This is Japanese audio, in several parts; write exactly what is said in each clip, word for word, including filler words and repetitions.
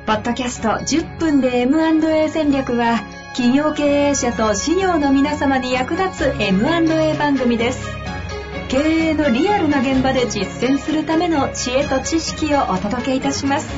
ポッドキャストじゅっぷんで エムアンドエー 戦略は、企業経営者と事業の皆様に役立つ エムアンドエー 番組です。経営のリアルな現場で実践するための知恵と知識をお届けいたします。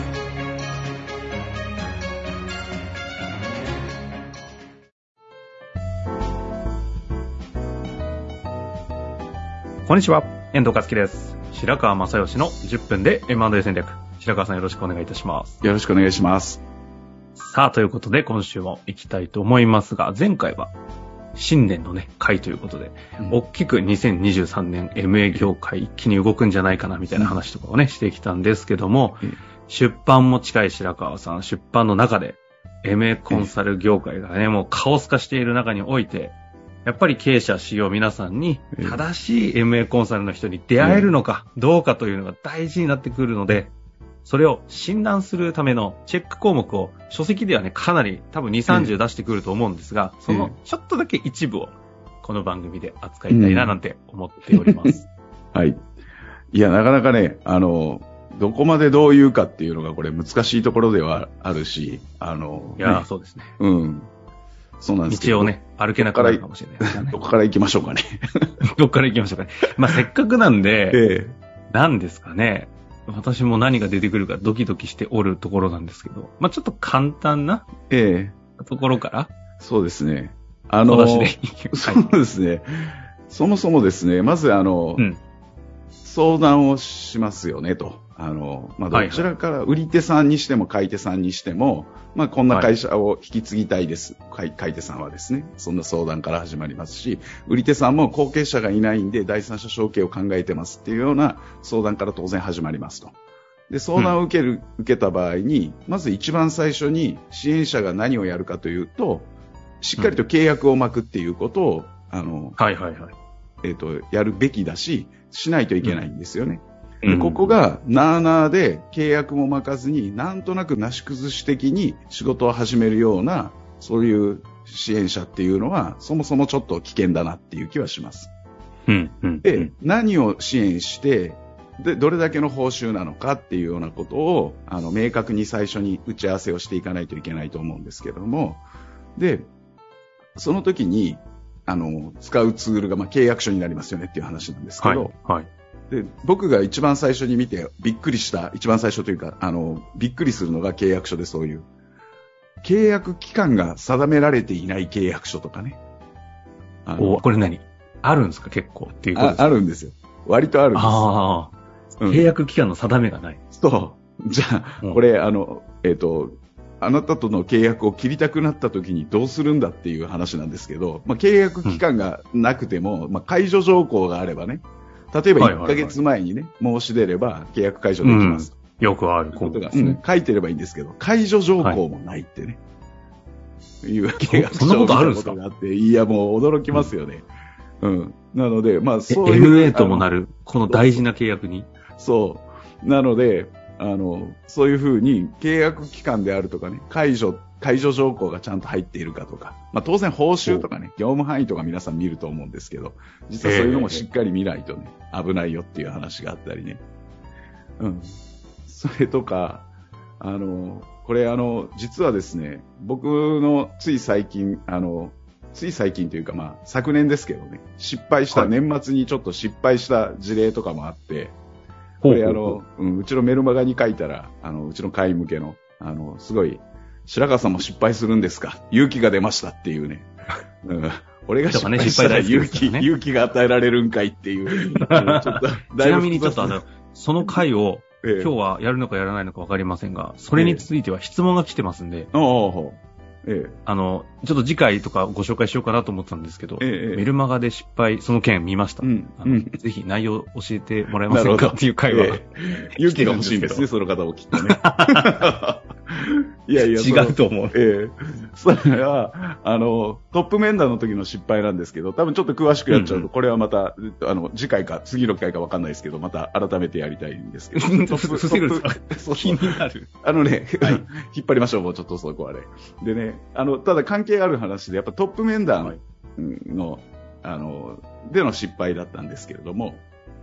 こんにちは、遠藤和樹です。白川正義のじゅっぷんで エムアンドエー 戦略。白川さん、よろしくお願いいたします。 よろしくお願いします。 さあ、ということで今週も行きたいと思いますが、前回は新年のね、回ということで、うん、大きくにせんにじゅうさんねん エムエー 業界一気に動くんじゃないかなみたいな話とかをね、してきたんですけども、うん、出版も近い白川さん、出版の中で エムエー コンサル業界がね、もうカオス化している中において、やっぱり経営者、シーイーオー皆さんに正しい エムエー コンサルの人に出会えるのかどうかというのが大事になってくるので、それを診断するためのチェック項目を書籍ではね、かなり多分に、さんじゅう出してくると思うんですが、そのちょっとだけ一部をこの番組で扱いたいななんて思っております。 うん、はい。いや、なかなかね、あの、どこまでどう言うかっていうのがこれ難しいところではあるし、あの、 いや、 ね、 そうですね。 うん。そうなんですけど。 道をね、歩けなくなるかもしれないですね。 どこから行きましょうかね。 どこから行きましょうかね。まあ、せっかくなんで、 ええ、 なんですかね。私も何が出てくるかドキドキしておるところなんですけど、まあ、ちょっと簡単なええところから。 そうですね。あの、 そうですね。そもそもですね、まずあの、うん、相談をしますよねと。あの、まあ、どちらから売り手さんにしても買い手さんにしても、まあ、こんな会社を引き継ぎたいです。はい、買い手さんはですね、そんな相談から始まりますし、売り手さんも後継者がいないんで第三者承継を考えてますっていうような相談から当然始まりますと。で、相談を受ける、うん、受けた場合に、まず一番最初に支援者が何をやるかというと、しっかりと契約を巻くっていうことを、あの、 はいはいはい。 えっと、やるべきだし、しないといけないんですよね。うん、でここがなあなあで契約も巻かずになんとなくなし崩し的に仕事を始めるようなそういう支援者っていうのはそもそもちょっと危険だなっていう気はします。 うんうん、 で、何を支援してでどれだけの報酬なのかっていうようなことをあの明確に最初に打ち合わせをしていかないといけないと思うんですけども、でその時にあの使うツールが、まあ、契約書になりますよねっていう話なんですけど、 はいはい、 で僕が一番最初に見てびっくりした一番最初というかあのびっくりするのが契約書で、そういう契約期間が定められていない契約書とかね。 あおこれ何あるんですか結構っていうことですか。 あ, あるんですよ。割とあるんです。 あ、うん、契約期間の定めがない。 そうじゃあ、うん、これあのえっ、ー、とあなたとの契約を切りたくなった時にどうするんだっていう話なんですけど、まあ、契約期間がなくても、うんまあ、解除条項があればね、例えばいっかげつまえにね、はいはいはい、申し出れば契約解除できます、 うん、よくあることが、うん、書いてればいいんですけど、解除条項もないってね、はい、いう契約書を見たことがあって、いやもう驚きますよね、うんうん、なのでまあそういうエムエー ともなるこの大事な契約にそうなのであのそういうふうに契約期間であるとかね、解除解除条項がちゃんと入っているかとか、まあ、当然報酬とかね、業務範囲とか皆さん見ると思うんですけど、実はそういうのもしっかり見ないとね、危ないよっていう話があったりね。うん。それとか、あの、これあの、実はですね、僕のつい最近、あの、つい最近というかまあ、昨年ですけどね、失敗した、はい、年末にちょっと失敗した事例とかもあって、これあの、うん、うちのメルマガに書いたら、あの、うちの会員向けの、あの、すごい、白川さんも失敗するんですか？勇気が出ましたっていうね。うん、俺が失敗したら勇気、ね、勇気が与えられるんかいっていう。ちょっとちなみにちょっとあの、その回を、ええ、今日はやるのかやらないのかわかりませんが、それについては質問が来てますんで、ええええ、あの、ちょっと次回とかご紹介しようかなと思ってたんですけど、ええ、メルマガで失敗、その件見ました。うん、あのうん、ぜひ内容教えてもらえませんかっていう会話、ええ、勇気が欲しいんですね、その方もきっとね。いやいや、 違うと思う。 ええ、それは、あの、トップ面談の時の失敗なんですけど、多分ちょっと詳しくやっちゃうと、うんうん、これはまた、あの、次回か、次の回かわかんないですけど、また改めてやりたいんですけど。トップ、 伏せるんですか？そう気になる。 あのね、はい、引っ張りましょう、もうちょっとそこはね。でね、あの、ただ関係ある話で、やっぱトップ面談の、はい、あの、での失敗だったんですけれども、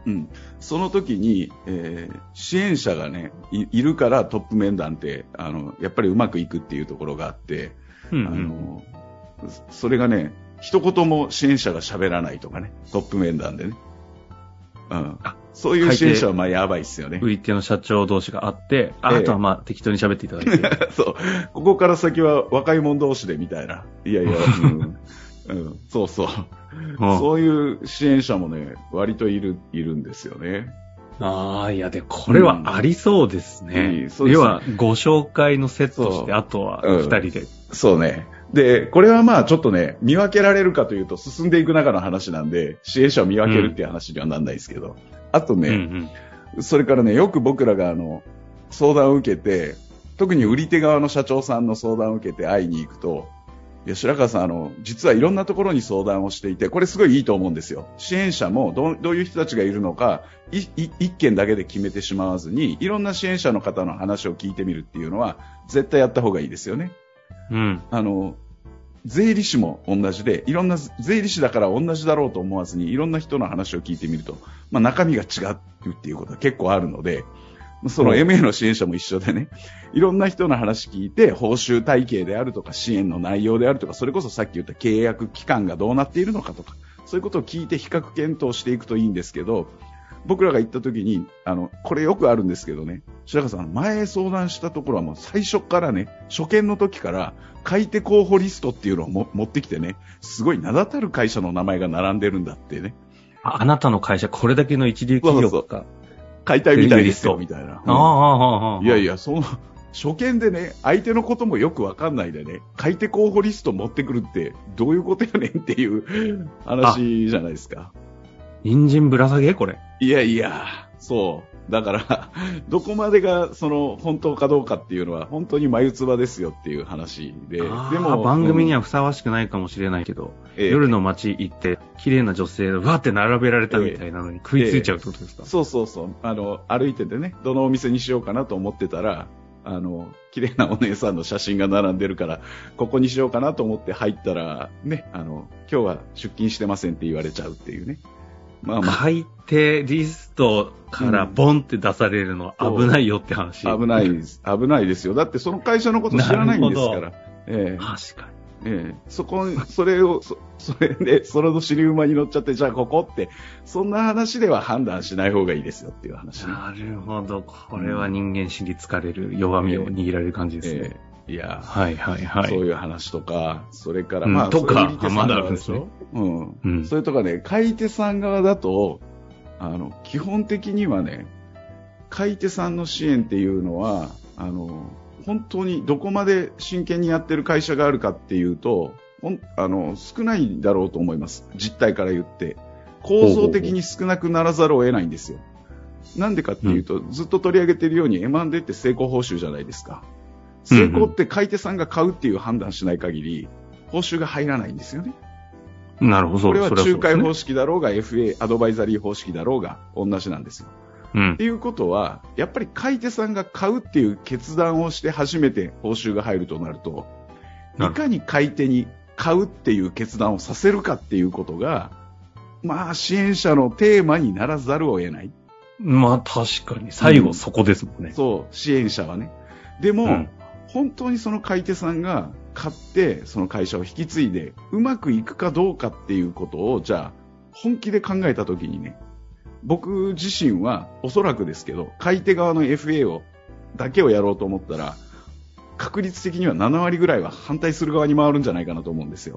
うん。その時に、えー、支援者がねい、いるからトップ面談って、あの、やっぱりうまくいくっていうところがあって、うんうん、あの、それがね、一言も支援者が喋らないとかね、トップ面談でね。うん。そういう支援者はまあやばいっすよね。 売り手の社長同士があって、あ、ええ、あとはまあ適当に喋っていただいて。 そう。ここから先は若い者同士でみたいな。いやいや、うんうん、そうそう、うん。そういう支援者もね、割といる、いるんですよね。 ああ、いや、で、これはありそうですね。うん、そうですね。要は、ご紹介のセットして、あとは二人で、うん。そうね。 で、これはまあちょっとね、見分けられるかというと進んでいく中の話なんで、支援者を見分けるっていう話にはなんないですけど。うん、あとね、うんうん、それからね、よく僕らがあの、相談を受けて、特に売り手側の社長さんの相談を受けて会いに行くと、いや、白川さん、あの、実はいろんなところに相談をしていて、これすごいいいと思うんですよ。支援者もどう、どういう人たちがいるのか、い、い、一件だけで決めてしまわずに、いろんな支援者の方の話を聞いてみるっていうのは、絶対やった方がいいですよね。うん。あの、税理士も同じで、いろんな、税理士だから同じだろうと思わずに、いろんな人の話を聞いてみると、まあ中身が違うっていうことは結構あるので、その エムエー の支援者も一緒でね、いろんな人の話聞いて、報酬体系であるとか、支援の内容であるとか、それこそさっき言った契約期間がどうなっているのかとか、そういうことを聞いて比較検討していくといいんですけど、僕らが行った時に、あの、これよくあるんですけどね、白川さん、前相談したところはもう最初からね、初見の時から、買い手候補リストっていうのをも持ってきてね、すごい名だたる会社の名前が並んでるんだってね。 あ、あなたの会社、これだけの一流企業とか。 買いたいみたいですよ、みたいな。うん、ああ、いやいや、その、初見でね、相手のこともよくわかんないでね、買い手候補リスト持ってくるって、どういうことやねんっていう話じゃないですか。 人参ぶら下げこれ。 いやいや、そう。だから、どこまでが、その、本当かどうかっていうのは、本当に眉唾ですよっていう話で。でも、番組にはふさわしくないかもしれないけど、うん、夜の街行って、綺麗な女性がわーって並べられたみたいなのに食いついちゃうってことですか？ えーえー、そうそうそう。あの、歩いててね、どのお店にしようかなと思ってたら、あの、綺麗なお姉さんの写真が並んでるから、ここにしようかなと思って入ったら、ね、あの、今日は出勤してませんって言われちゃうっていうね。 まあまあ、買い手リストからボンって出されるのは危ないよって話、 うん、危ないです。危ないですよ。だってその会社のこと知らないんですから。ええ、確かに。ええ、そこ、それを、そ、それで、その尻馬に乗っちゃって、じゃあここって、そんな話では判断しない方がいいですよっていう話、ね。 なるほど。これは人間心理疲れる、弱みを握られる感じですね。ええいや、 はいはいはい。 そういう話とか、それから、まあ、 うん、とか、まだあるんですね。 うん。うん。それとかね、買い手さん側だと、あの、基本的にはね、買い手さんの支援っていうのは、あの、本当にどこまで真剣にやってる会社があるかっていうと、ほんあの、少ないだろうと思います。実態から言って。構造的に少なくならざるを得ないんですよ。なんでかっていうと、うん、ずっと取り上げているように エムアンドエー って成功報酬じゃないですか。成功って買い手さんが買うっていう判断しない限り、報酬が入らないんですよね。 なるほど。 これは仲介方式だろうが、エフエー、アドバイザリー方式だろうが、同じなんですよ。うん。っていうことは、やっぱり買い手さんが買うっていう決断をして初めて報酬が入るとなると、いかに買い手に買うっていう決断をさせるかっていうことが、まあ、支援者のテーマにならざるを得ない。 まあ、確かに。最後そこですもんね。うん、 そう、支援者はね。でも、うん本当にその買い手さんが買ってその会社を引き継いでうまくいくかどうかっていうことをじゃあ本気で考えたときにね僕自身はおそらくですけど買い手側の エフエー をだけをやろうと思ったら確率的にはなな割ぐらいは反対する側に回るんじゃないかなと思うんですよ。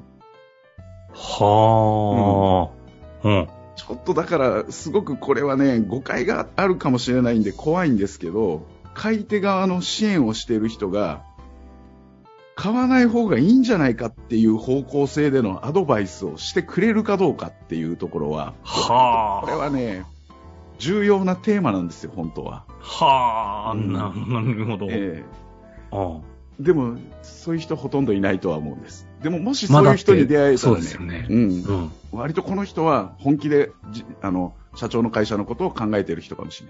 はあ、うん、うん、 ちょっとだからすごくこれはね誤解があるかもしれないんで怖いんですけど買い手側の支援をしている人が買わない方がいいんじゃないかっていう方向性でのアドバイスをしてくれるかどうかっていうところは、はあ、これはね重要なテーマなんですよ本当は。 はあ、うん、なるほど。 えー、ああでもそういう人ほとんどいないとは思うんです。でももしそういう人に出会えたらね、まあ、そうですよね、うんうん、割とこの人は本気であの社長の会社のことを考えている人かもしれない。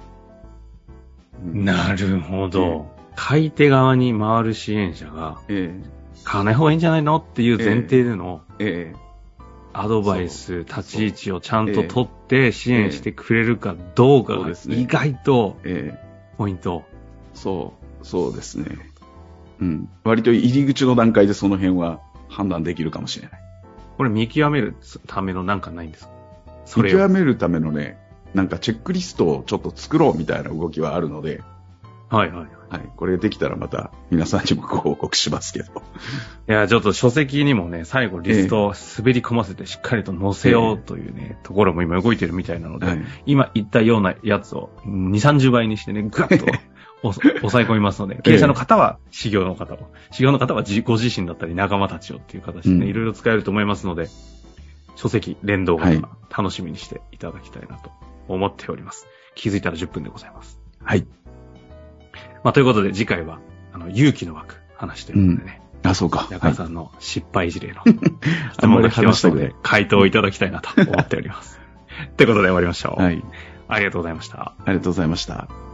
なるほど、えー、買い手側に回る支援者が、えー、買わない方がいいんじゃないのっていう前提での、えー、アドバイス、立ち位置をちゃんと取って支援してくれるかどうかがそうですね意外とえポイント。 ーそう、そうですね。うん。割と入り口の段階でその辺は判断できるかもしれない。 これ見極めるためのなんかないんですか？そ見れを。 極めるためのね、なんかチェックリストをちょっと作ろうみたいな動きはあるので、 はいはいはい。 はい。これできたらまた皆さんにもご報告しますけど。 いや、ちょっと書籍にもね、最後リストを滑り込ませてしっかりと載せようというね、ところも今動いてるみたいなので、 はい、 今言ったようなやつをに、さんじゅうばいにしてね、ぐっとお抑え込みますので、経営者の方は修行の方を、修行の方は自ご自身だったり仲間たちをっていう形でね、 うんいろいろ使えると思いますので、書籍連動はい型楽しみにしていただきたいなと思っております。気づいたらじゅっぷんでございます。 はい。 まあ、ということで次回は、あの、勇気の枠話してるのでね。 うん、あ、そうか。 中井さんの失敗事例の質問が来てますので、回答をいただきたいなと思っております。ということで終わりましょう。 はい。 ありがとうございました。 ありがとうございました。